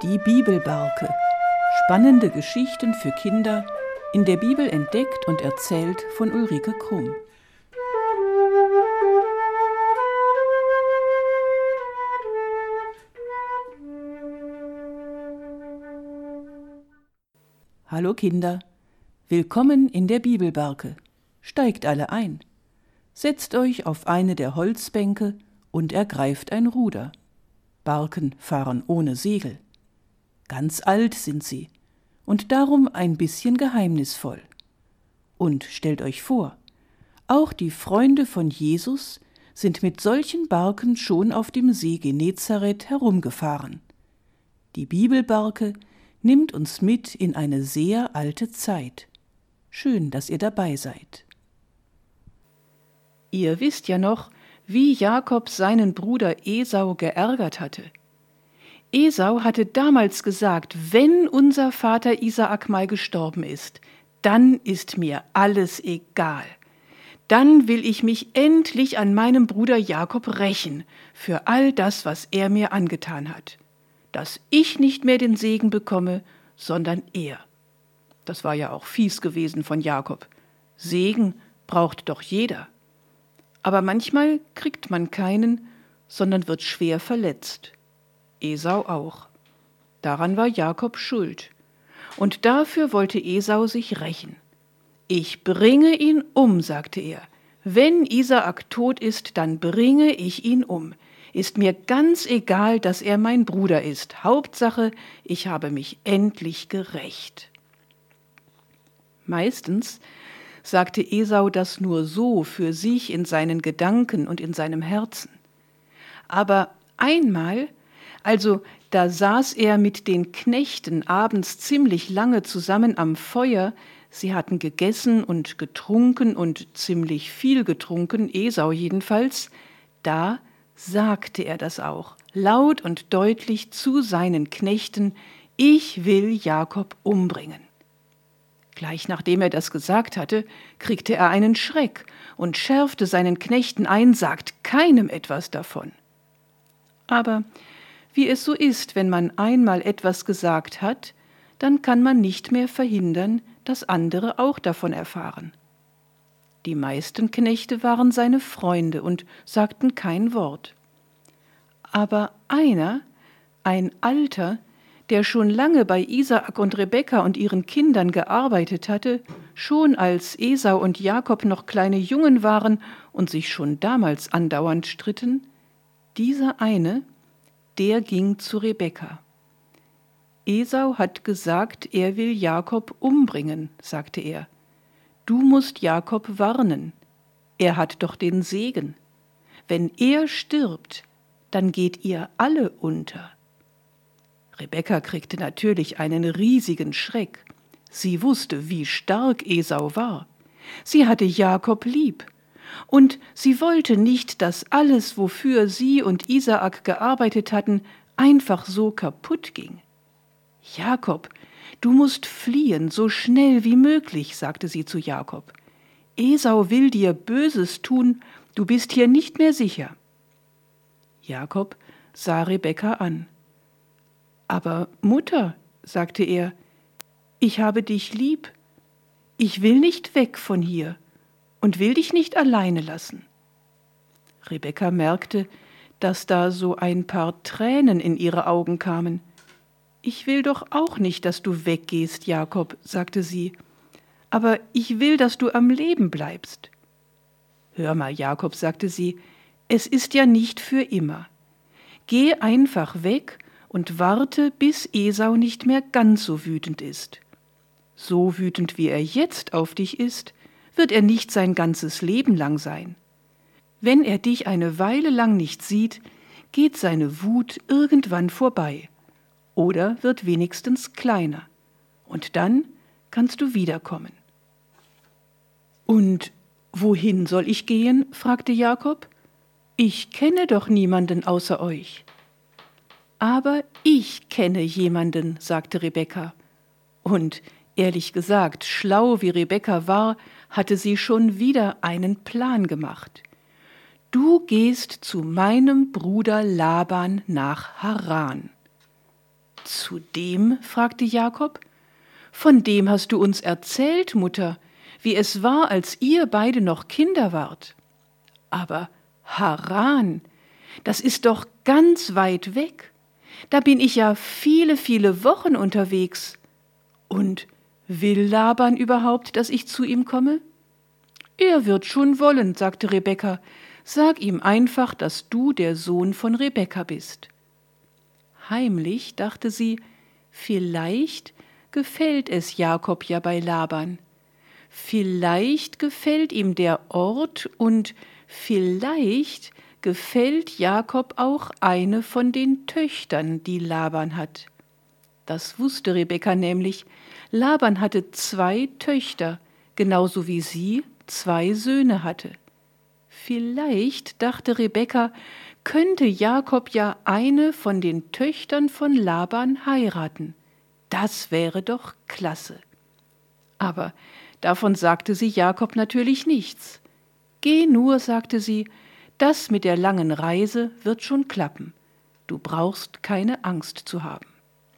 Die Bibelbarke. Spannende Geschichten für Kinder, in der Bibel entdeckt und erzählt von Ulrike Krumm. Hallo Kinder, willkommen in der Bibelbarke. Steigt alle ein. Setzt euch auf eine der Holzbänke und ergreift ein Ruder. Barken fahren ohne Segel. Ganz alt sind sie und darum ein bisschen geheimnisvoll. Und stellt euch vor, auch die Freunde von Jesus sind mit solchen Barken schon auf dem See Genezareth herumgefahren. Die Bibelbarke nimmt uns mit in eine sehr alte Zeit. Schön, dass ihr dabei seid. Ihr wisst ja noch, wie Jakob seinen Bruder Esau geärgert hatte. Esau hatte damals gesagt, wenn unser Vater Isaak mal gestorben ist, dann ist mir alles egal. Dann will ich mich endlich an meinem Bruder Jakob rächen für all das, was er mir angetan hat. Dass ich nicht mehr den Segen bekomme, sondern er. Das war ja auch fies gewesen von Jakob. Segen braucht doch jeder. Aber manchmal kriegt man keinen, sondern wird schwer verletzt. Esau auch. Daran war Jakob schuld. Und dafür wollte Esau sich rächen. Ich bringe ihn um, sagte er. Wenn Isaak tot ist, dann bringe ich ihn um. Ist mir ganz egal, dass er mein Bruder ist. Hauptsache, ich habe mich endlich gerächt. Meistens sagte Esau das nur so für sich in seinen Gedanken und in seinem Herzen. Aber einmal, also da saß er mit den Knechten abends ziemlich lange zusammen am Feuer, sie hatten gegessen und getrunken und ziemlich viel getrunken, Esau jedenfalls, da sagte er das auch, laut und deutlich zu seinen Knechten, ich will Jakob umbringen. Gleich nachdem er das gesagt hatte, kriegte er einen Schreck und schärfte seinen Knechten ein, sagt keinem etwas davon. Aber wie es so ist, wenn man einmal etwas gesagt hat, dann kann man nicht mehr verhindern, dass andere auch davon erfahren. Die meisten Knechte waren seine Freunde und sagten kein Wort. Aber einer, ein Alter, der schon lange bei Isaak und Rebekka und ihren Kindern gearbeitet hatte, schon als Esau und Jakob noch kleine Jungen waren und sich schon damals andauernd stritten, dieser eine, der ging zu Rebekka. Esau hat gesagt, er will Jakob umbringen, sagte er. Du musst Jakob warnen. Er hat doch den Segen. Wenn er stirbt, dann geht ihr alle unter. Rebekka kriegte natürlich einen riesigen Schreck. Sie wusste, wie stark Esau war. Sie hatte Jakob lieb. Und sie wollte nicht, dass alles, wofür sie und Isaak gearbeitet hatten, einfach so kaputt ging. Jakob, du musst fliehen, so schnell wie möglich, sagte sie zu Jakob. Esau will dir Böses tun, du bist hier nicht mehr sicher. Jakob sah Rebekka an. Aber Mutter, sagte er, ich habe dich lieb. Ich will nicht weg von hier und will dich nicht alleine lassen. Rebekka merkte, dass da so ein paar Tränen in ihre Augen kamen. Ich will doch auch nicht, dass du weggehst, Jakob, sagte sie, aber ich will, dass du am Leben bleibst. Hör mal, Jakob, sagte sie, es ist ja nicht für immer. Geh einfach weg und warte, bis Esau nicht mehr ganz so wütend ist. So wütend, wie er jetzt auf dich ist, wird er nicht sein ganzes Leben lang sein. Wenn er dich eine Weile lang nicht sieht, geht seine Wut irgendwann vorbei oder wird wenigstens kleiner. Und dann kannst du wiederkommen. Und wohin soll ich gehen? Fragte Jakob. Ich kenne doch niemanden außer euch. Aber ich kenne jemanden, sagte Rebekka. Und ehrlich gesagt, schlau wie Rebekka war, hatte sie schon wieder einen Plan gemacht. Du gehst zu meinem Bruder Laban nach Haran. Zu dem? Fragte Jakob. Von dem hast du uns erzählt, Mutter, wie es war, als ihr beide noch Kinder wart. Aber Haran, das ist doch ganz weit weg. Da bin ich ja viele, viele Wochen unterwegs. Und will Laban überhaupt, dass ich zu ihm komme? Er wird schon wollen, sagte Rebekka. Sag ihm einfach, dass du der Sohn von Rebekka bist. Heimlich dachte sie, vielleicht gefällt es Jakob ja bei Laban. Vielleicht gefällt ihm der Ort und vielleicht gefällt Jakob auch eine von den Töchtern, die Laban hat. Das wusste Rebekka nämlich. Laban hatte 2 Töchter, genauso wie sie 2 Söhne hatte. Vielleicht, dachte Rebekka, könnte Jakob ja eine von den Töchtern von Laban heiraten. Das wäre doch klasse. Aber davon sagte sie Jakob natürlich nichts. Geh nur, sagte sie, das mit der langen Reise wird schon klappen. Du brauchst keine Angst zu haben.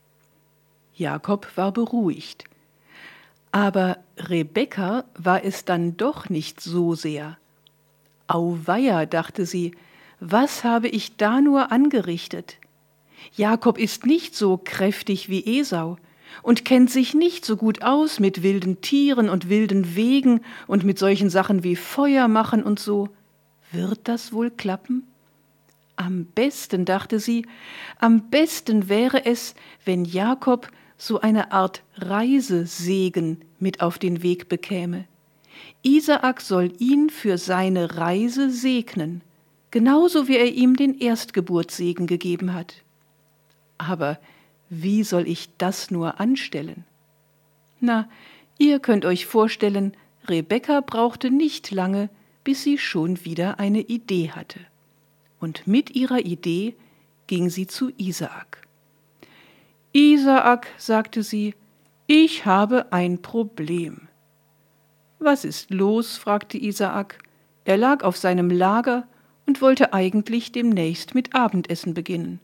Jakob war beruhigt. Aber Rebekka war es dann doch nicht so sehr. Auweia, dachte sie, was habe ich da nur angerichtet? Jakob ist nicht so kräftig wie Esau und kennt sich nicht so gut aus mit wilden Tieren und wilden Wegen und mit solchen Sachen wie Feuer machen und so. Wird das wohl klappen? Am besten, dachte sie, am besten wäre es, wenn Jakob so eine Art Reisesegen mit auf den Weg bekäme. Isaak soll ihn für seine Reise segnen, genauso wie er ihm den Erstgeburtssegen gegeben hat. Aber wie soll ich das nur anstellen? Na, ihr könnt euch vorstellen, Rebekka brauchte nicht lange, bis sie schon wieder eine Idee hatte. Und mit ihrer Idee ging sie zu Isaak. Isaak, sagte sie, ich habe ein Problem. Was ist los? Fragte Isaak. Er lag auf seinem Lager und wollte eigentlich demnächst mit Abendessen beginnen.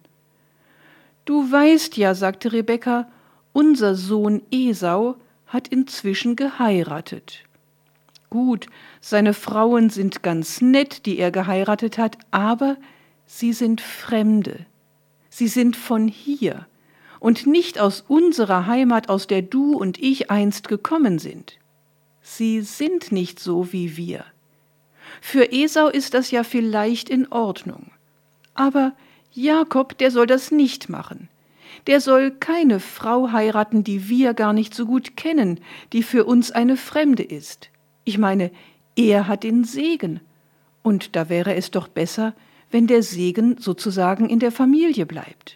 Du weißt ja, sagte Rebekka, unser Sohn Esau hat inzwischen geheiratet. Gut, seine Frauen sind ganz nett, die er geheiratet hat, aber sie sind Fremde. Sie sind von hier und nicht aus unserer Heimat, aus der du und ich einst gekommen sind. Sie sind nicht so wie wir. Für Esau ist das ja vielleicht in Ordnung. Aber Jakob, der soll das nicht machen. Der soll keine Frau heiraten, die wir gar nicht so gut kennen, die für uns eine Fremde ist. Ich meine, er hat den Segen. Und da wäre es doch besser, wenn der Segen sozusagen in der Familie bleibt.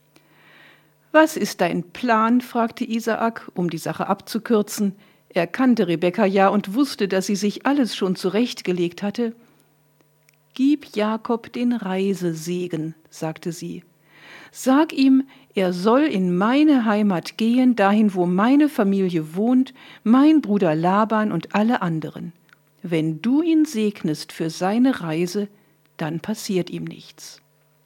Was ist dein Plan? Fragte Isaak, um die Sache abzukürzen. Er kannte Rebekka ja und wusste, dass sie sich alles schon zurechtgelegt hatte. Gib Jakob den Reisesegen, sagte sie. Sag ihm, er soll in meine Heimat gehen, dahin, wo meine Familie wohnt, mein Bruder Laban und alle anderen. Wenn du ihn segnest für seine Reise, dann passiert ihm nichts.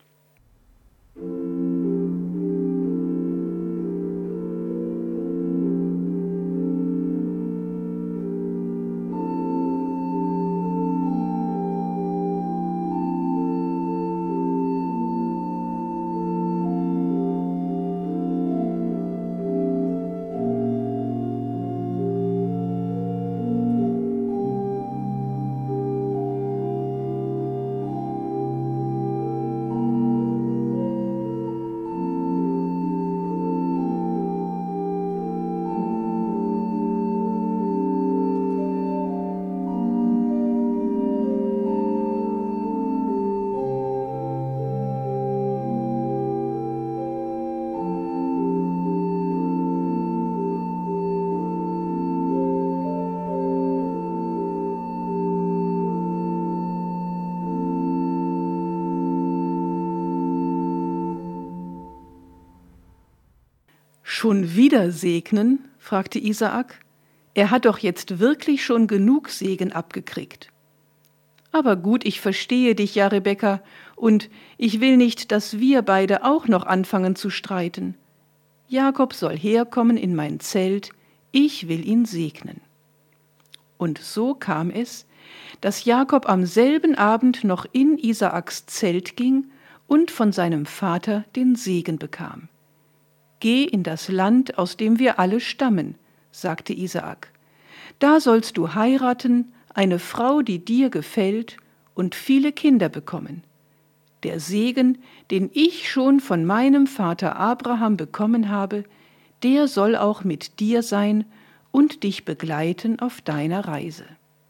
Schon wieder segnen? Fragte Isaak. Er hat doch jetzt wirklich schon genug Segen abgekriegt. Aber gut, ich verstehe dich ja, Rebekka, und ich will nicht, dass wir beide auch noch anfangen zu streiten. Jakob soll herkommen in mein Zelt, ich will ihn segnen. Und so kam es, dass Jakob am selben Abend noch in Isaaks Zelt ging und von seinem Vater den Segen bekam. Geh in das Land, aus dem wir alle stammen, sagte Isaak. Da sollst du heiraten, eine Frau, die dir gefällt, und viele Kinder bekommen. Der Segen, den ich schon von meinem Vater Abraham bekommen habe, der soll auch mit dir sein und dich begleiten auf deiner Reise.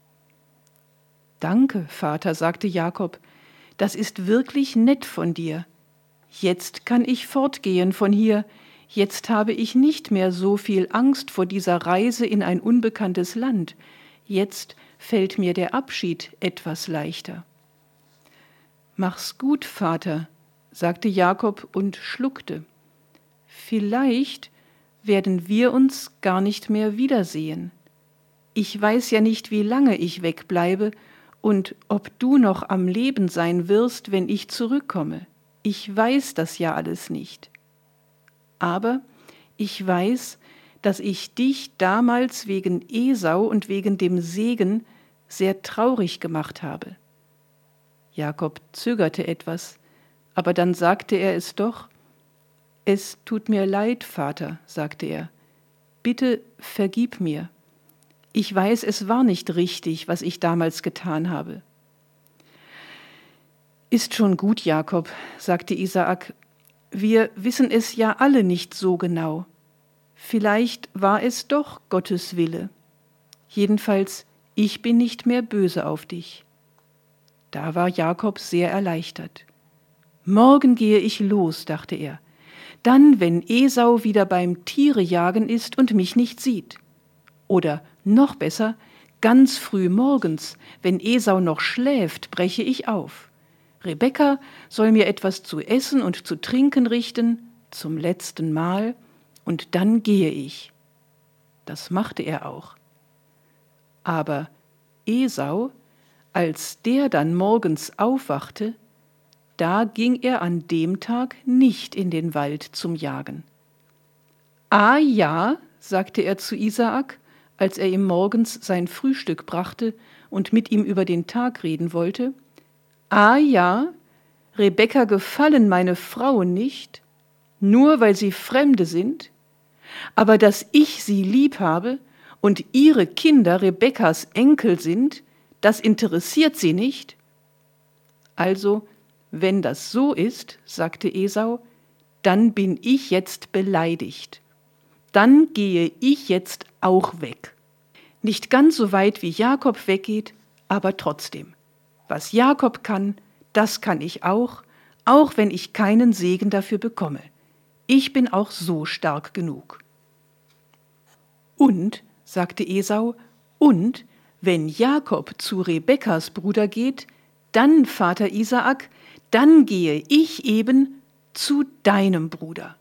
Danke, Vater, sagte Jakob, das ist wirklich nett von dir. Jetzt kann ich fortgehen von hier, jetzt habe ich nicht mehr so viel Angst vor dieser Reise in ein unbekanntes Land, jetzt fällt mir der Abschied etwas leichter. Mach's gut, Vater, sagte Jakob und schluckte. Vielleicht werden wir uns gar nicht mehr wiedersehen. Ich weiß ja nicht, wie lange ich wegbleibe und ob du noch am Leben sein wirst, wenn ich zurückkomme. Ich weiß das ja alles nicht. Aber ich weiß, dass ich dich damals wegen Esau und wegen dem Segen sehr traurig gemacht habe. Jakob zögerte etwas, aber dann sagte er es doch. Es tut mir leid, Vater, sagte er. Bitte vergib mir. Ich weiß, es war nicht richtig, was ich damals getan habe. Ist schon gut, Jakob, sagte Isaak. Wir wissen es ja alle nicht so genau. Vielleicht war es doch Gottes Wille. Jedenfalls, ich bin nicht mehr böse auf dich. Da war Jakob sehr erleichtert. Morgen gehe ich los, dachte er. Dann, wenn Esau wieder beim Tierejagen ist und mich nicht sieht. Oder noch besser, ganz früh morgens, wenn Esau noch schläft, breche ich auf. Rebekka soll mir etwas zu essen und zu trinken richten, zum letzten Mal, und dann gehe ich. Das machte er auch. Aber Esau, als der dann morgens aufwachte, da ging er an dem Tag nicht in den Wald zum Jagen. »Ah ja«, sagte er zu Isaak, als er ihm morgens sein Frühstück brachte und mit ihm über den Tag reden wollte, »Ah ja, Rebekka gefallen meine Frauen nicht, nur weil sie Fremde sind, aber dass ich sie lieb habe und ihre Kinder Rebekkas Enkel sind, das interessiert sie nicht. Also, wenn das so ist, sagte Esau, dann bin ich jetzt beleidigt. Dann gehe ich jetzt auch weg. Nicht ganz so weit wie Jakob weggeht, aber trotzdem. Was Jakob kann, das kann ich auch wenn ich keinen Segen dafür bekomme. Ich bin auch so stark genug. Und, sagte Esau, und wenn Jakob zu Rebekkas Bruder geht, dann, Vater Isaak, dann gehe ich eben zu deinem Bruder.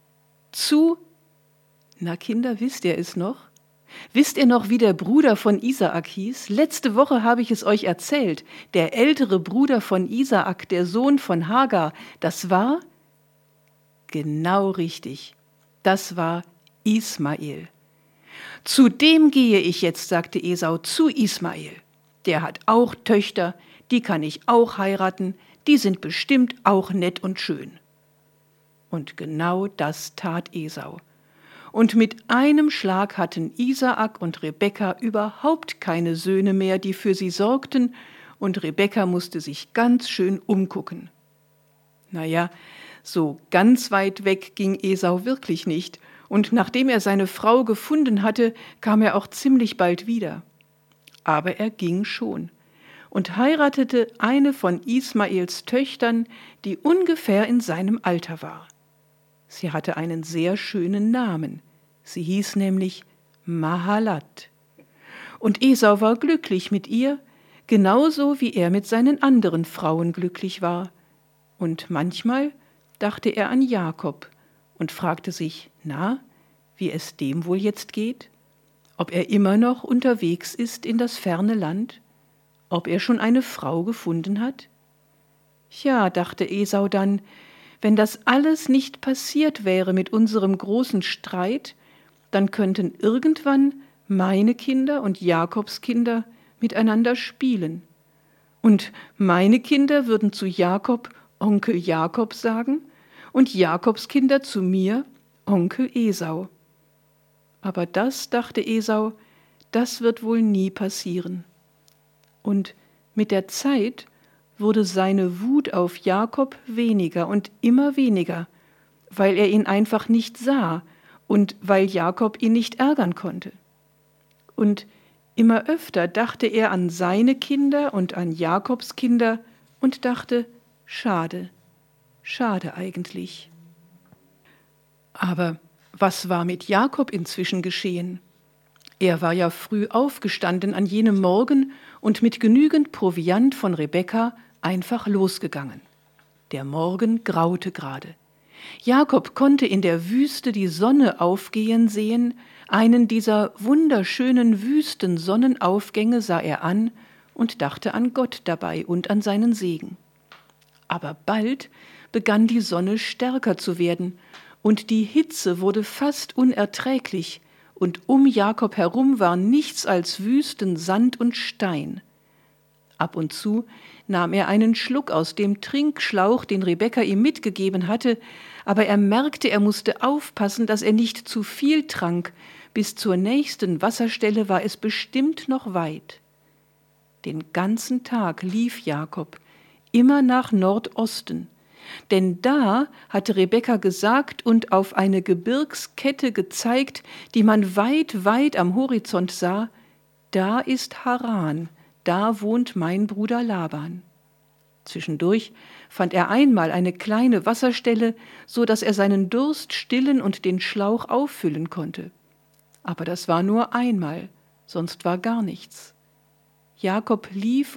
Na Kinder, wisst ihr es noch? Wisst ihr noch, wie der Bruder von Isaak hieß? Letzte Woche habe ich es euch erzählt. Der ältere Bruder von Isaak, der Sohn von Hagar, das war? Genau richtig. Das war Ismael. Zu dem gehe ich jetzt, sagte Esau, zu Ismael. Der hat auch Töchter, die kann ich auch heiraten, die sind bestimmt auch nett und schön. Und genau das tat Esau. Und mit einem Schlag hatten Isaak und Rebekka überhaupt keine Söhne mehr, die für sie sorgten, und Rebekka musste sich ganz schön umgucken. Naja, so ganz weit weg ging Esau wirklich nicht, und nachdem er seine Frau gefunden hatte, kam er auch ziemlich bald wieder. Aber er ging schon und heiratete eine von Ismaels Töchtern, die ungefähr in seinem Alter war. Sie hatte einen sehr schönen Namen. Sie hieß nämlich Mahalat. Und Esau war glücklich mit ihr, genauso wie er mit seinen anderen Frauen glücklich war. Und manchmal dachte er an Jakob und fragte sich, na, wie es dem wohl jetzt geht? Ob er immer noch unterwegs ist in das ferne Land? Ob er schon eine Frau gefunden hat? Ja, dachte Esau dann, wenn das alles nicht passiert wäre mit unserem großen Streit, dann könnten irgendwann meine Kinder und Jakobs Kinder miteinander spielen. Und meine Kinder würden zu Jakob Onkel Jakob sagen und Jakobs Kinder zu mir Onkel Esau. Aber das, dachte Esau, das wird wohl nie passieren. Und mit der Zeit wurde seine Wut auf Jakob weniger und immer weniger, weil er ihn einfach nicht sah und weil Jakob ihn nicht ärgern konnte. Und immer öfter dachte er an seine Kinder und an Jakobs Kinder und dachte, schade, schade eigentlich. Aber was war mit Jakob inzwischen geschehen? Er war ja früh aufgestanden an jenem Morgen und mit genügend Proviant von Rebekka einfach losgegangen. Der Morgen graute gerade. Jakob konnte in der Wüste die Sonne aufgehen sehen, einen dieser wunderschönen Wüstensonnenaufgänge sah er an und dachte an Gott dabei und an seinen Segen. Aber bald begann die Sonne stärker zu werden und die Hitze wurde fast unerträglich und um Jakob herum war nichts als Wüsten, Sand und Stein. Ab und zu nahm er einen Schluck aus dem Trinkschlauch, den Rebekka ihm mitgegeben hatte, aber er merkte, er musste aufpassen, dass er nicht zu viel trank. Bis zur nächsten Wasserstelle war es bestimmt noch weit. Den ganzen Tag lief Jakob, immer nach Nordosten, denn da hatte Rebekka gesagt und auf eine Gebirgskette gezeigt, die man weit, weit am Horizont sah, da ist Haran, da wohnt mein Bruder Laban. Zwischendurch fand er einmal eine kleine Wasserstelle, so dass er seinen Durst stillen und den Schlauch auffüllen konnte. Aber das war nur einmal, sonst war gar nichts. Jakob lief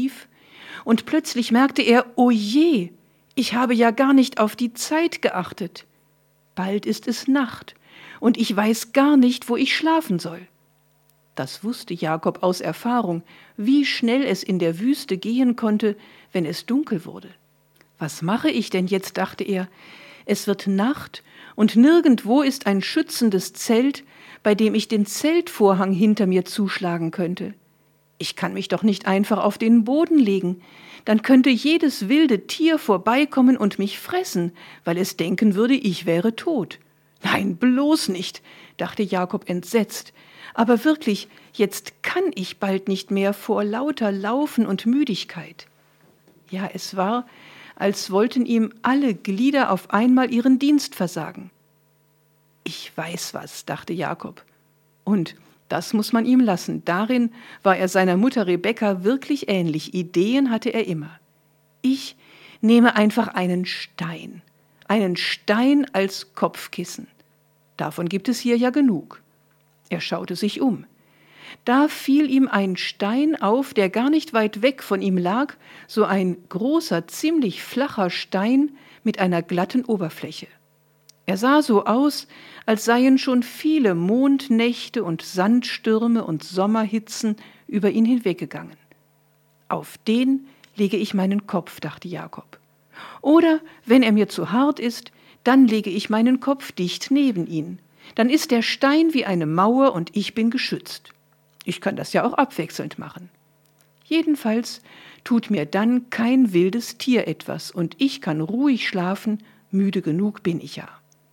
und plötzlich merkte er, o je, ich habe ja gar nicht auf die Zeit geachtet. Bald ist es Nacht und ich weiß gar nicht, wo ich schlafen soll. Das wusste Jakob aus Erfahrung, wie schnell es in der Wüste gehen konnte, wenn es dunkel wurde. Was mache ich denn jetzt, dachte er. Es wird Nacht und nirgendwo ist ein schützendes Zelt, bei dem ich den Zeltvorhang hinter mir zuschlagen könnte. Ich kann mich doch nicht einfach auf den Boden legen, dann könnte jedes wilde Tier vorbeikommen und mich fressen, weil es denken würde, ich wäre tot. Nein, bloß nicht, dachte Jakob entsetzt. Aber wirklich, jetzt kann ich bald nicht mehr vor lauter Laufen und Müdigkeit. Ja, es war, als wollten ihm alle Glieder auf einmal ihren Dienst versagen. Ich weiß was, dachte Jakob. Und das muss man ihm lassen. Darin war er seiner Mutter Rebekka wirklich ähnlich. Ideen hatte er immer. Ich nehme einfach einen Stein als Kopfkissen. Davon gibt es hier ja genug. Er schaute sich um. Da fiel ihm ein Stein auf, der gar nicht weit weg von ihm lag, so ein großer, ziemlich flacher Stein mit einer glatten Oberfläche. Er sah so aus, als seien schon viele Mondnächte und Sandstürme und Sommerhitzen über ihn hinweggegangen. Auf den lege ich meinen Kopf, dachte Jakob. Oder, wenn er mir zu hart ist, dann lege ich meinen Kopf dicht neben ihn. Dann ist der Stein wie eine Mauer und ich bin geschützt. Ich kann das ja auch abwechselnd machen. Jedenfalls tut mir dann kein wildes Tier etwas und ich kann ruhig schlafen, müde genug bin ich ja.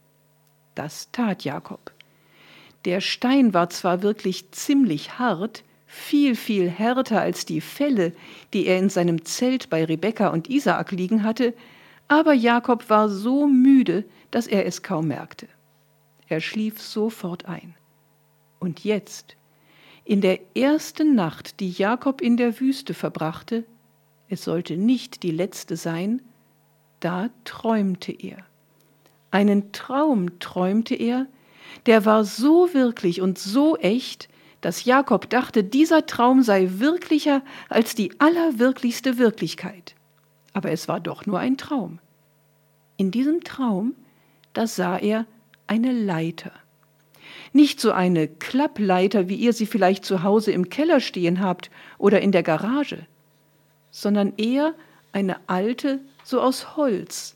Das tat Jakob. Der Stein war zwar wirklich ziemlich hart, viel, viel härter als die Felle, die er in seinem Zelt bei Rebekka und Isaak liegen hatte, aber Jakob war so müde, dass er es kaum merkte. Er schlief sofort ein. Und jetzt, in der ersten Nacht, die Jakob in der Wüste verbrachte, es sollte nicht die letzte sein, da träumte er. Einen Traum träumte er, der war so wirklich und so echt, dass Jakob dachte, dieser Traum sei wirklicher als die allerwirklichste Wirklichkeit. Aber es war doch nur ein Traum. In diesem Traum, da sah er eine Leiter. Nicht so eine Klappleiter, wie ihr sie vielleicht zu Hause im Keller stehen habt oder in der Garage, sondern eher eine alte, so aus Holz,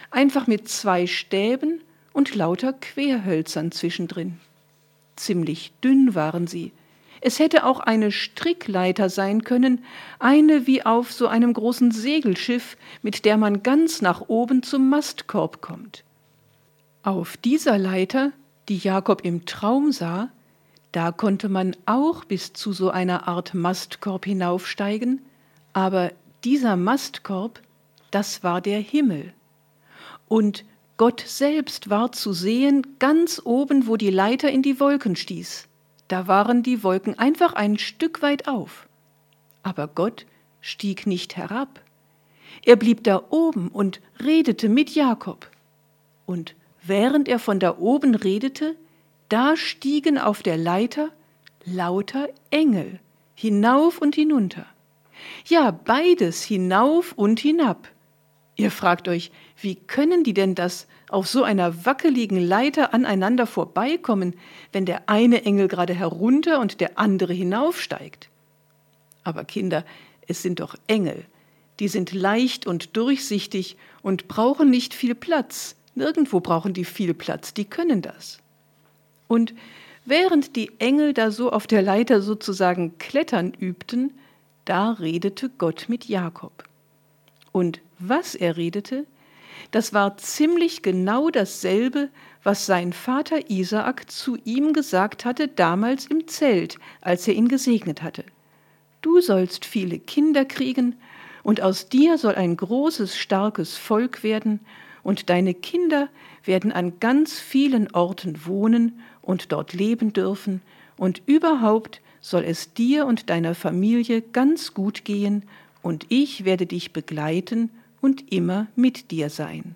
einfach mit 2 Stäben und lauter Querhölzern zwischendrin. Ziemlich dünn waren sie. Es hätte auch eine Strickleiter sein können, eine wie auf so einem großen Segelschiff, mit der man ganz nach oben zum Mastkorb kommt. Auf dieser Leiter, die Jakob im Traum sah, da konnte man auch bis zu so einer Art Mastkorb hinaufsteigen, aber dieser Mastkorb, das war der Himmel. Und Gott selbst war zu sehen, ganz oben, wo die Leiter in die Wolken stieß. Da waren die Wolken einfach ein Stück weit auf. Aber Gott stieg nicht herab. Er blieb da oben und redete mit Jakob. Und während er von da oben redete, da stiegen auf der Leiter lauter Engel, hinauf und hinunter. Ja, beides hinauf und hinab. Ihr fragt euch, wie können die denn das auf so einer wackeligen Leiter aneinander vorbeikommen, wenn der eine Engel gerade herunter und der andere hinaufsteigt? Aber Kinder, es sind doch Engel. Die sind leicht und durchsichtig und brauchen nicht viel Platz. Nirgendwo brauchen die viel Platz, die können das. Und während die Engel da so auf der Leiter sozusagen klettern übten, da redete Gott mit Jakob. Und was er redete, das war ziemlich genau dasselbe, was sein Vater Isaak zu ihm gesagt hatte damals im Zelt, als er ihn gesegnet hatte. Du sollst viele Kinder kriegen, und aus dir soll ein großes, starkes Volk werden, und deine Kinder werden an ganz vielen Orten wohnen und dort leben dürfen, und überhaupt soll es dir und deiner Familie ganz gut gehen, und ich werde dich begleiten und immer mit dir sein.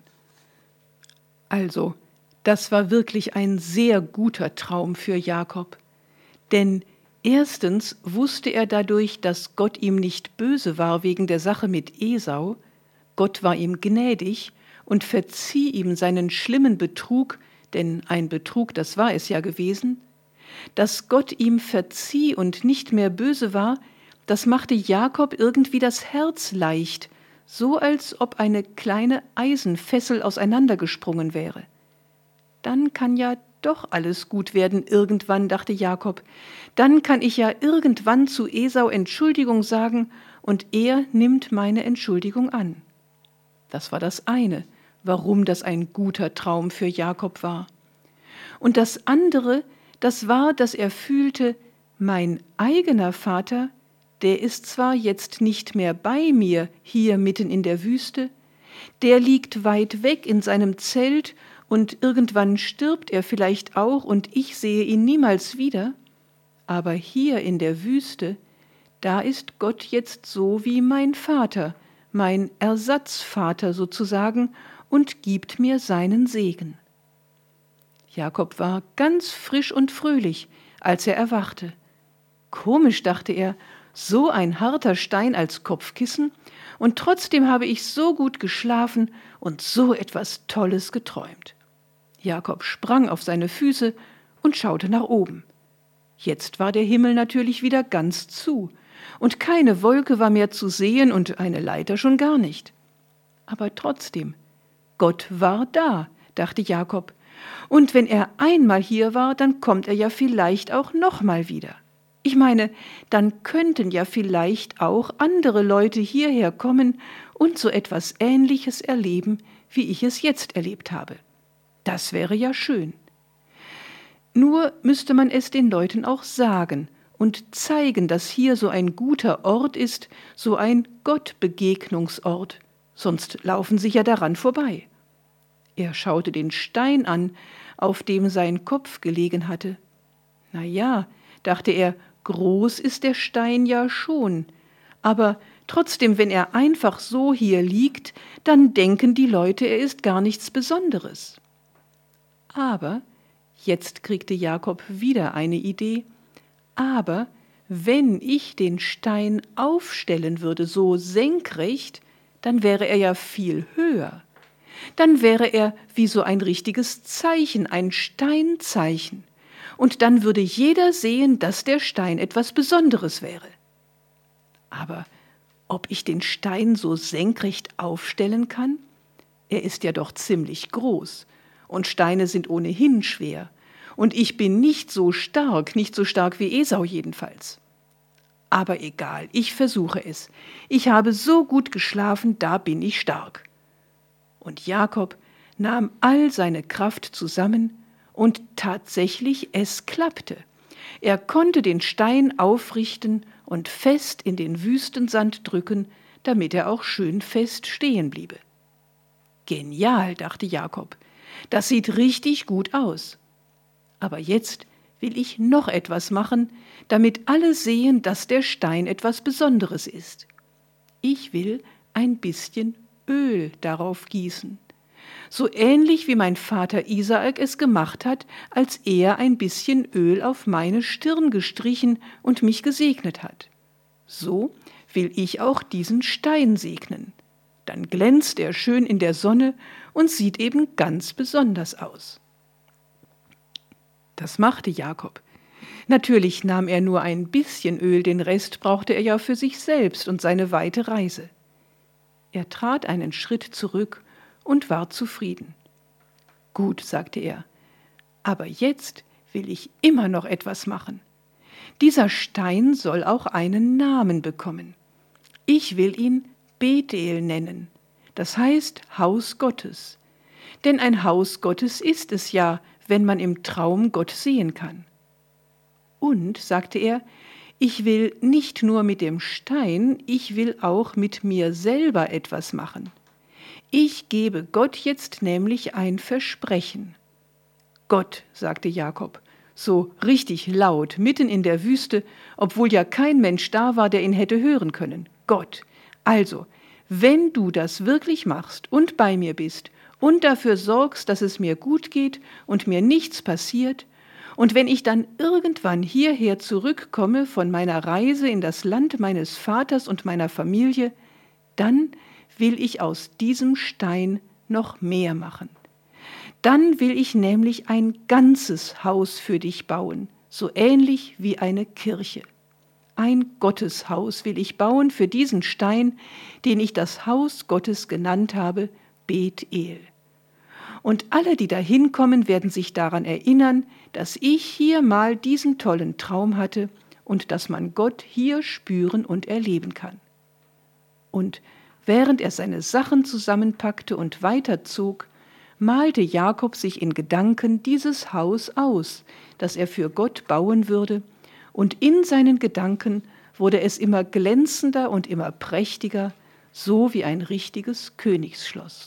Also, das war wirklich ein sehr guter Traum für Jakob, denn erstens wusste er dadurch, dass Gott ihm nicht böse war wegen der Sache mit Esau, Gott war ihm gnädig und verzieh ihm seinen schlimmen Betrug, denn ein Betrug, das war es ja gewesen. Dass Gott ihm verzieh und nicht mehr böse war, das machte Jakob irgendwie das Herz leicht, so als ob eine kleine Eisenfessel auseinandergesprungen wäre. Dann kann ja doch alles gut werden irgendwann, dachte Jakob. Dann kann ich ja irgendwann zu Esau Entschuldigung sagen und er nimmt meine Entschuldigung an. Das war das eine, warum das ein guter Traum für Jakob war. Und das andere, das war, dass er fühlte, mein eigener Vater, der ist zwar jetzt nicht mehr bei mir hier mitten in der Wüste, der liegt weit weg in seinem Zelt und irgendwann stirbt er vielleicht auch und ich sehe ihn niemals wieder, aber hier in der Wüste, da ist Gott jetzt so wie mein Vater, mein Ersatzvater sozusagen, und gibt mir seinen Segen. Jakob war ganz frisch und fröhlich, als er erwachte. Komisch, dachte er, so ein harter Stein als Kopfkissen, und trotzdem habe ich so gut geschlafen und so etwas Tolles geträumt. Jakob sprang auf seine Füße und schaute nach oben. Jetzt war der Himmel natürlich wieder ganz zu, und keine Wolke war mehr zu sehen und eine Leiter schon gar nicht. Aber trotzdem, Gott war da, dachte Jakob, und wenn er einmal hier war, dann kommt er ja vielleicht auch noch mal wieder. Ich meine, dann könnten ja vielleicht auch andere Leute hierher kommen und so etwas Ähnliches erleben, wie ich es jetzt erlebt habe. Das wäre ja schön. Nur müsste man es den Leuten auch sagen und zeigen, dass hier so ein guter Ort ist, so ein Gottbegegnungsort, sonst laufen sie ja daran vorbei. Er schaute den Stein an, auf dem sein Kopf gelegen hatte. Na ja, dachte er, groß ist der Stein ja schon, aber trotzdem, wenn er einfach so hier liegt, dann denken die Leute, er ist gar nichts Besonderes. Aber, jetzt kriegte Jakob wieder eine Idee, aber wenn ich den Stein aufstellen würde, so senkrecht, dann wäre er ja viel höher. Dann wäre er wie so ein richtiges Zeichen, ein Steinzeichen. Und dann würde jeder sehen, dass der Stein etwas Besonderes wäre. Aber ob ich den Stein so senkrecht aufstellen kann? Er ist ja doch ziemlich groß, und Steine sind ohnehin schwer, und ich bin nicht so stark wie Esau jedenfalls. Aber egal, ich versuche es. Ich habe so gut geschlafen, da bin ich stark. Und Jakob nahm all seine Kraft zusammen, und tatsächlich es klappte. Er konnte den Stein aufrichten und fest in den Wüstensand drücken, damit er auch schön fest stehen bliebe. Genial, dachte Jakob, das sieht richtig gut aus. Aber jetzt will ich noch etwas machen, damit alle sehen, dass der Stein etwas Besonderes ist. Ich will ein bisschen Öl darauf gießen. So ähnlich wie mein Vater Isaak es gemacht hat, als er ein bisschen Öl auf meine Stirn gestrichen und mich gesegnet hat. So will ich auch diesen Stein segnen. Dann glänzt er schön in der Sonne und sieht eben ganz besonders aus. Das machte Jakob. Natürlich nahm er nur ein bisschen Öl, den Rest brauchte er ja für sich selbst und seine weite Reise. Er trat einen Schritt zurück und war zufrieden. Gut, sagte er, aber jetzt will ich immer noch etwas machen. Dieser Stein soll auch einen Namen bekommen. Ich will ihn Bethel nennen, das heißt Haus Gottes. Denn ein Haus Gottes ist es ja, wenn man im Traum Gott sehen kann. Und, sagte er, ich will nicht nur mit dem Stein, ich will auch mit mir selber etwas machen. Ich gebe Gott jetzt nämlich ein Versprechen. Gott, sagte Jakob, so richtig laut, mitten in der Wüste, obwohl ja kein Mensch da war, der ihn hätte hören können. Gott, also, wenn du das wirklich machst und bei mir bist und dafür sorgst, dass es mir gut geht und mir nichts passiert, und wenn ich dann irgendwann hierher zurückkomme von meiner Reise in das Land meines Vaters und meiner Familie, dann will ich aus diesem Stein noch mehr machen. Dann will ich nämlich ein ganzes Haus für dich bauen, so ähnlich wie eine Kirche. Ein Gotteshaus will ich bauen für diesen Stein, den ich das Haus Gottes genannt habe, Bethel. Und alle, die da hinkommen, werden sich daran erinnern, dass ich hier mal diesen tollen Traum hatte und dass man Gott hier spüren und erleben kann. Und während er seine Sachen zusammenpackte und weiterzog, malte Jakob sich in Gedanken dieses Haus aus, das er für Gott bauen würde, und in seinen Gedanken wurde es immer glänzender und immer prächtiger, so wie ein richtiges Königsschloss.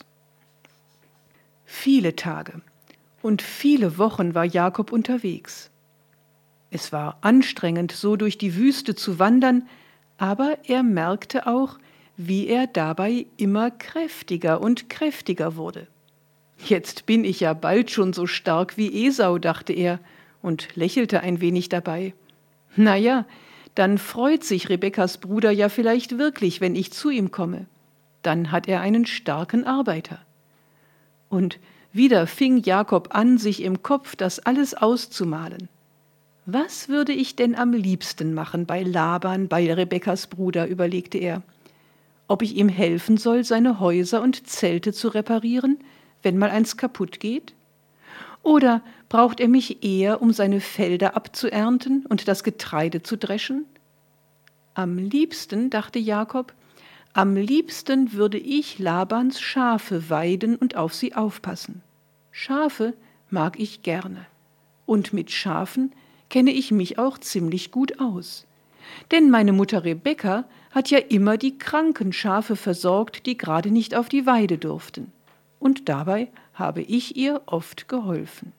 Viele Tage und viele Wochen war Jakob unterwegs. Es war anstrengend, so durch die Wüste zu wandern, aber er merkte auch, wie er dabei immer kräftiger und kräftiger wurde. Jetzt bin ich ja bald schon so stark wie Esau, dachte er und lächelte ein wenig dabei. Na ja, dann freut sich Rebekkas Bruder ja vielleicht wirklich, wenn ich zu ihm komme. Dann hat er einen starken Arbeiter. Und wieder fing Jakob an, sich im Kopf das alles auszumalen. Was würde ich denn am liebsten machen bei Laban, bei Rebekkas Bruder, überlegte er. Ob ich ihm helfen soll, seine Häuser und Zelte zu reparieren, wenn mal eins kaputt geht? Oder braucht er mich eher, um seine Felder abzuernten und das Getreide zu dreschen? Am liebsten, dachte Jakob, am liebsten würde ich Labans Schafe weiden und auf sie aufpassen. Schafe mag ich gerne. Und mit Schafen kenne ich mich auch ziemlich gut aus. Denn meine Mutter Rebekka hat ja immer die kranken Schafe versorgt, die gerade nicht auf die Weide durften. Und dabei habe ich ihr oft geholfen.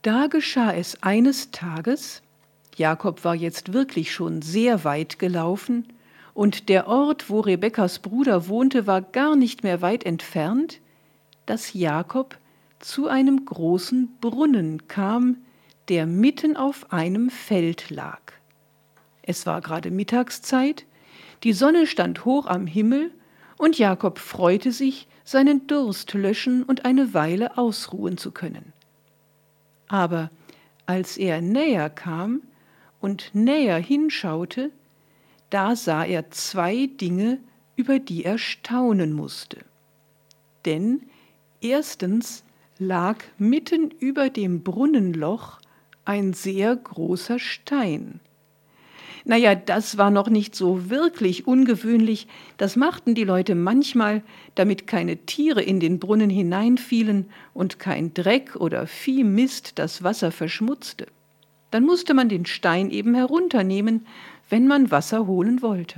Da geschah es eines Tages, Jakob war jetzt wirklich schon sehr weit gelaufen, und der Ort, wo Rebekkas Bruder wohnte, war gar nicht mehr weit entfernt, dass Jakob zu einem großen Brunnen kam, der mitten auf einem Feld lag. Es war gerade Mittagszeit, die Sonne stand hoch am Himmel, und Jakob freute sich, seinen Durst löschen und eine Weile ausruhen zu können. Aber als er näher kam und näher hinschaute, da sah er zwei Dinge, über die er staunen musste. Denn erstens lag mitten über dem Brunnenloch ein sehr großer Stein. Naja, das war noch nicht so wirklich ungewöhnlich, das machten die Leute manchmal, damit keine Tiere in den Brunnen hineinfielen und kein Dreck oder Viehmist das Wasser verschmutzte. Dann musste man den Stein eben herunternehmen, wenn man Wasser holen wollte.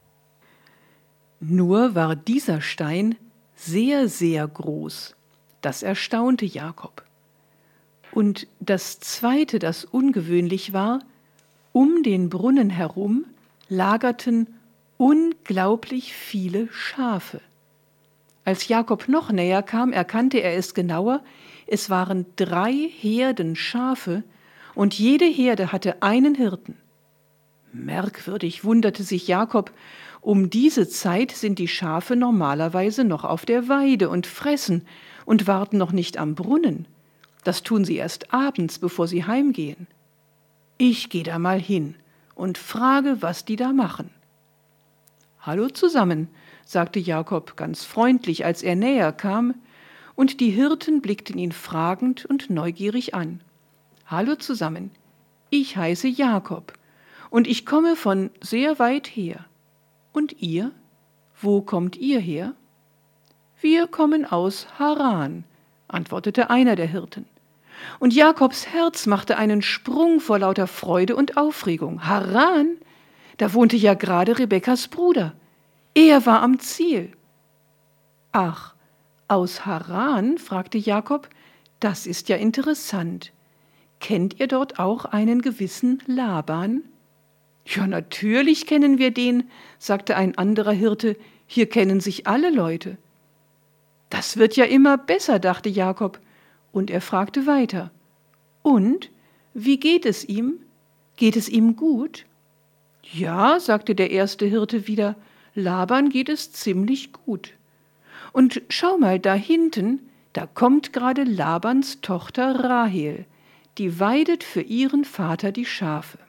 Nur war dieser Stein sehr, sehr groß. Das erstaunte Jakob. Und das Zweite, das ungewöhnlich war, um den Brunnen herum lagerten unglaublich viele Schafe. Als Jakob noch näher kam, erkannte er es genauer. Es waren 3 Herden Schafe, und jede Herde hatte einen Hirten. Merkwürdig, wunderte sich Jakob, um diese Zeit sind die Schafe normalerweise noch auf der Weide und fressen und warten noch nicht am Brunnen. Das tun sie erst abends, bevor sie heimgehen. Ich gehe da mal hin und frage, was die da machen. »Hallo zusammen«, sagte Jakob ganz freundlich, als er näher kam, und die Hirten blickten ihn fragend und neugierig an. »Hallo zusammen, ich heiße Jakob, und ich komme von sehr weit her. Und ihr? Wo kommt ihr her?« »Wir kommen aus Haran«, antwortete einer der Hirten. Und Jakobs Herz machte einen Sprung vor lauter Freude und Aufregung. Haran? Da wohnte ja gerade Rebekkas Bruder. Er war am Ziel. »Ach, aus Haran?«, fragte Jakob. »Das ist ja interessant. Kennt ihr dort auch einen gewissen Laban?« »Ja, natürlich kennen wir den«, sagte ein anderer Hirte. »Hier kennen sich alle Leute.« »Das wird ja immer besser«, dachte Jakob. Und er fragte weiter. »Und, wie geht es ihm? Geht es ihm gut?« »Ja«, sagte der erste Hirte wieder, »Laban geht es ziemlich gut. Und schau mal, da hinten, da kommt gerade Labans Tochter Rahel, die weidet für ihren Vater die Schafe.«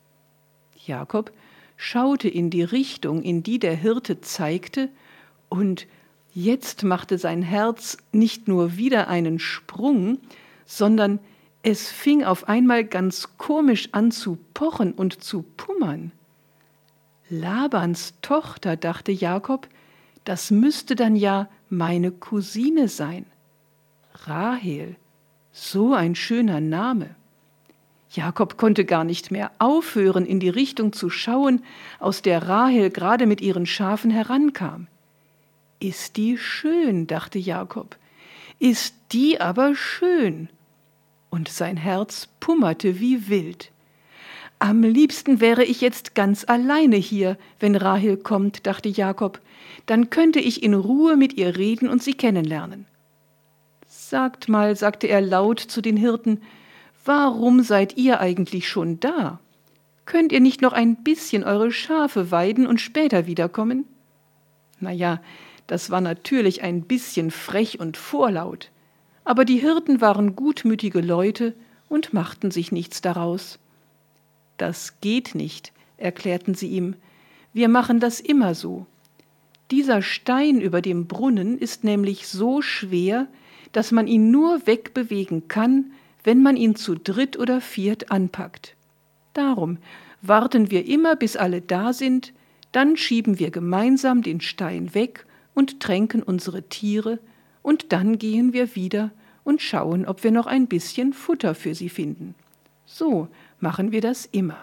Jakob schaute in die Richtung, in die der Hirte zeigte, und jetzt machte sein Herz nicht nur wieder einen Sprung, sondern es fing auf einmal ganz komisch an zu pochen und zu pummern. Labans Tochter, dachte Jakob, das müsste dann ja meine Cousine sein. Rahel, so ein schöner Name. Jakob konnte gar nicht mehr aufhören, in die Richtung zu schauen, aus der Rahel gerade mit ihren Schafen herankam. »Ist die schön«, dachte Jakob, »ist die aber schön.« Und sein Herz pummerte wie wild. »Am liebsten wäre ich jetzt ganz alleine hier, wenn Rahel kommt«, dachte Jakob, »dann könnte ich in Ruhe mit ihr reden und sie kennenlernen.« »Sagt mal«, sagte er laut zu den Hirten, »warum seid ihr eigentlich schon da? Könnt ihr nicht noch ein bisschen eure Schafe weiden und später wiederkommen?« Naja, das war natürlich ein bisschen frech und vorlaut, aber die Hirten waren gutmütige Leute und machten sich nichts daraus. »Das geht nicht«, erklärten sie ihm, »wir machen das immer so. Dieser Stein über dem Brunnen ist nämlich so schwer, dass man ihn nur wegbewegen kann, wenn man ihn zu 3 oder 4 anpackt. Darum warten wir immer, bis alle da sind, dann schieben wir gemeinsam den Stein weg und tränken unsere Tiere, und dann gehen wir wieder und schauen, ob wir noch ein bisschen Futter für sie finden. So machen wir das immer.«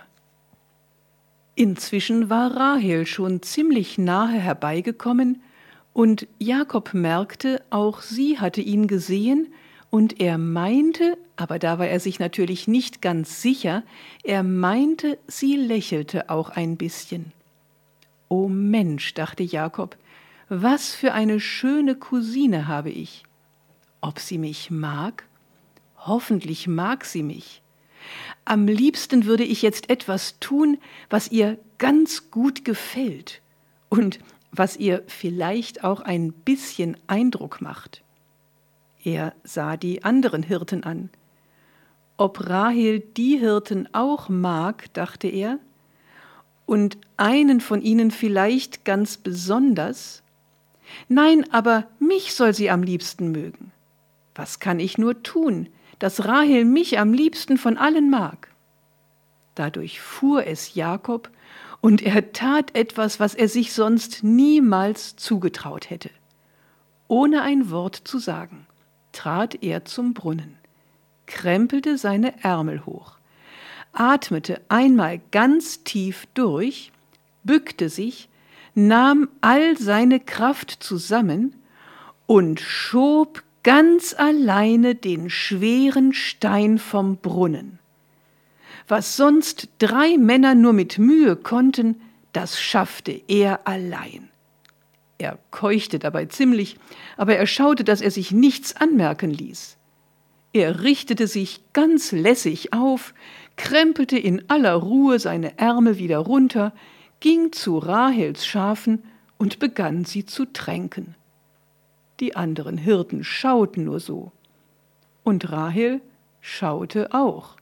Inzwischen war Rahel schon ziemlich nahe herbeigekommen, und Jakob merkte, auch sie hatte ihn gesehen Und er meinte, aber da war er sich natürlich nicht ganz sicher, er meinte, sie lächelte auch ein bisschen. »O Mensch«, dachte Jakob, »was für eine schöne Cousine habe ich. Ob sie mich mag? Hoffentlich mag sie mich. Am liebsten würde ich jetzt etwas tun, was ihr ganz gut gefällt und was ihr vielleicht auch ein bisschen Eindruck macht.« Er sah die anderen Hirten an. Ob Rahel die Hirten auch mag, dachte er, und einen von ihnen vielleicht ganz besonders? Nein, aber mich soll sie am liebsten mögen. Was kann ich nur tun, dass Rahel mich am liebsten von allen mag? Dadurch fuhr es Jakob, und er tat etwas, was er sich sonst niemals zugetraut hätte. Ohne ein Wort zu sagen, trat er zum Brunnen, krempelte seine Ärmel hoch, atmete einmal ganz tief durch, bückte sich, nahm all seine Kraft zusammen und schob ganz alleine den schweren Stein vom Brunnen. Was sonst 3 Männer nur mit Mühe konnten, das schaffte er allein. Er keuchte dabei ziemlich, aber er schaute, dass er sich nichts anmerken ließ. Er richtete sich ganz lässig auf, krempelte in aller Ruhe seine Ärmel wieder runter, ging zu Rahels Schafen und begann sie zu tränken. Die anderen Hirten schauten nur so. Und Rahel schaute auch.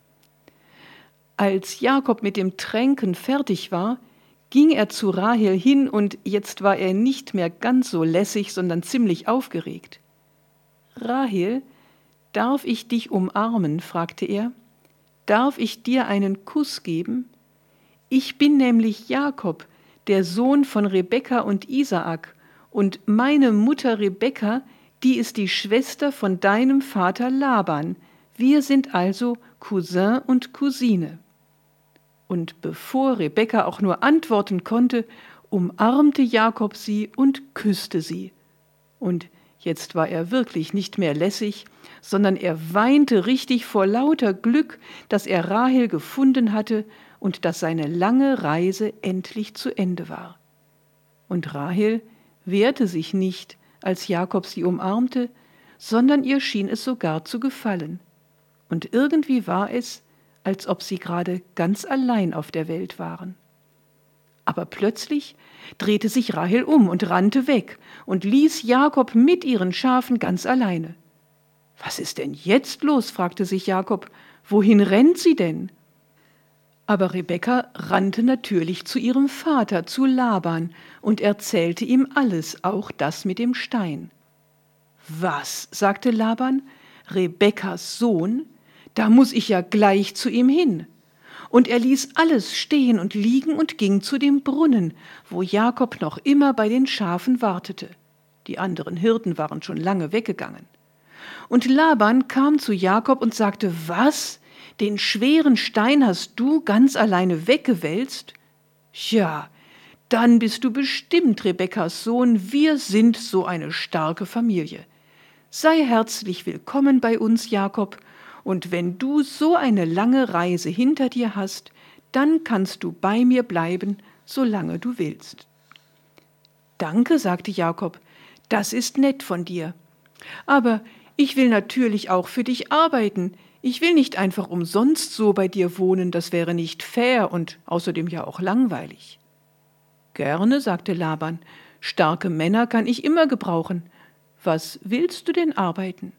Als Jakob mit dem Tränken fertig war, ging er zu Rahel hin und jetzt war er nicht mehr ganz so lässig, sondern ziemlich aufgeregt. »Rahel, darf ich dich umarmen?« fragte er. »Darf ich dir einen Kuss geben? Ich bin nämlich Jakob, der Sohn von Rebekka und Isaak, und meine Mutter Rebekka, die ist die Schwester von deinem Vater Laban. Wir sind also Cousin und Cousine.« Und bevor Rebekka auch nur antworten konnte, umarmte Jakob sie und küsste sie. Und jetzt war er wirklich nicht mehr lässig, sondern er weinte richtig vor lauter Glück, dass er Rahel gefunden hatte und dass seine lange Reise endlich zu Ende war. Und Rahel wehrte sich nicht, als Jakob sie umarmte, sondern ihr schien es sogar zu gefallen. Und irgendwie war es, als ob sie gerade ganz allein auf der Welt waren. Aber plötzlich drehte sich Rahel um und rannte weg und ließ Jakob mit ihren Schafen ganz alleine. »Was ist denn jetzt los?« fragte sich Jakob. »Wohin rennt sie denn?« Aber Rebekka rannte natürlich zu ihrem Vater, zu Laban, und erzählte ihm alles, auch das mit dem Stein. »Was?« sagte Laban, »Rebekkas Sohn? Da muss ich ja gleich zu ihm hin.« Und er ließ alles stehen und liegen und ging zu dem Brunnen, wo Jakob noch immer bei den Schafen wartete. Die anderen Hirten waren schon lange weggegangen. Und Laban kam zu Jakob und sagte, »Was? Den schweren Stein hast du ganz alleine weggewälzt? Ja, dann bist du bestimmt Rebekkas Sohn, wir sind so eine starke Familie. Sei herzlich willkommen bei uns, Jakob, und wenn du so eine lange Reise hinter dir hast, dann kannst du bei mir bleiben, solange du willst.« »Danke«, sagte Jakob, »das ist nett von dir. Aber ich will natürlich auch für dich arbeiten. Ich will nicht einfach umsonst so bei dir wohnen, das wäre nicht fair und außerdem ja auch langweilig.« »Gerne«, sagte Laban, »starke Männer kann ich immer gebrauchen. Was willst du denn arbeiten?«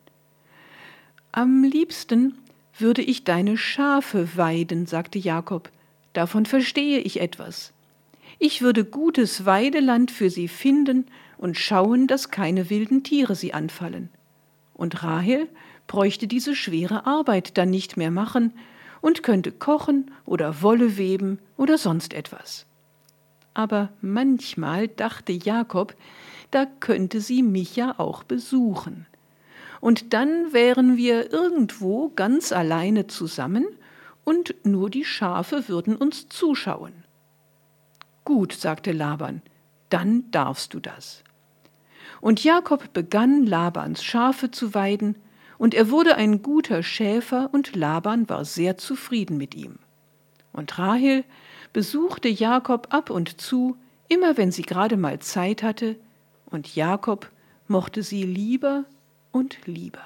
»Am liebsten würde ich deine Schafe weiden«, sagte Jakob, »davon verstehe ich etwas. Ich würde gutes Weideland für sie finden und schauen, dass keine wilden Tiere sie anfallen. Und Rahel bräuchte diese schwere Arbeit dann nicht mehr machen und könnte kochen oder Wolle weben oder sonst etwas.« Aber manchmal dachte Jakob, da könnte sie mich ja auch besuchen. Und dann wären wir irgendwo ganz alleine zusammen und nur die Schafe würden uns zuschauen. »Gut«, sagte Laban, »dann darfst du das.« Und Jakob begann, Labans Schafe zu weiden, und er wurde ein guter Schäfer und Laban war sehr zufrieden mit ihm. Und Rahel besuchte Jakob ab und zu, immer wenn sie gerade mal Zeit hatte, und Jakob mochte sie lieber und lieber.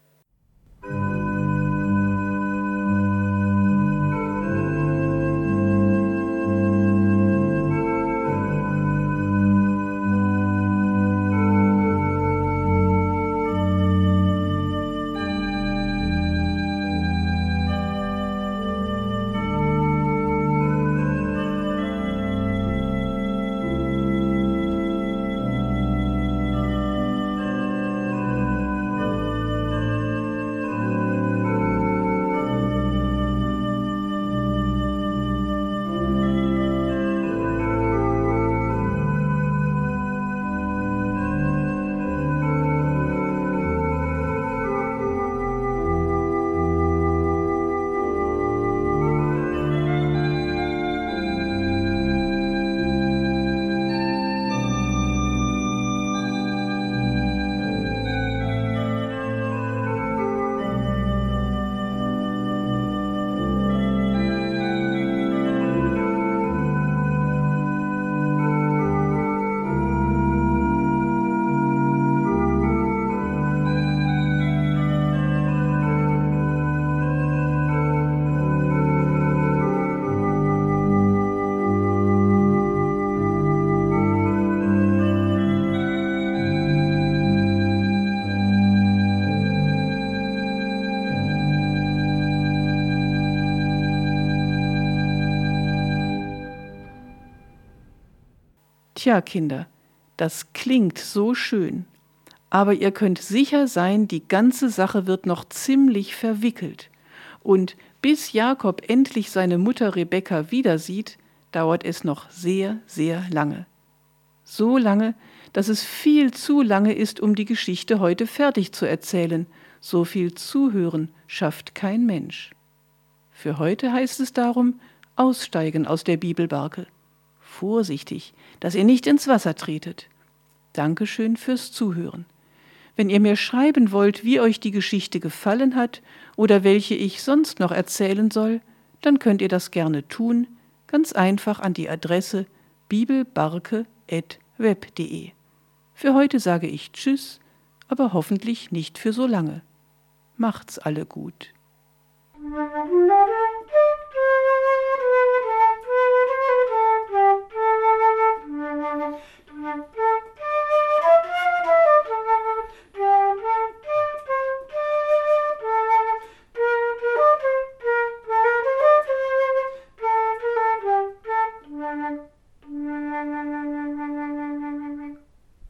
Tja, Kinder, das klingt so schön, aber ihr könnt sicher sein, die ganze Sache wird noch ziemlich verwickelt. Und bis Jakob endlich seine Mutter Rebekka wieder sieht, dauert es noch sehr, sehr lange. So lange, dass es viel zu lange ist, um die Geschichte heute fertig zu erzählen. So viel Zuhören schafft kein Mensch. Für heute heißt es darum, aussteigen aus der Bibelbarke. Vorsichtig, dass ihr nicht ins Wasser tretet. Dankeschön fürs Zuhören. Wenn ihr mir schreiben wollt, wie euch die Geschichte gefallen hat oder welche ich sonst noch erzählen soll, dann könnt ihr das gerne tun, ganz einfach an die Adresse bibelbarke@web.de. Für heute sage ich Tschüss, aber hoffentlich nicht für so lange. Macht's alle gut.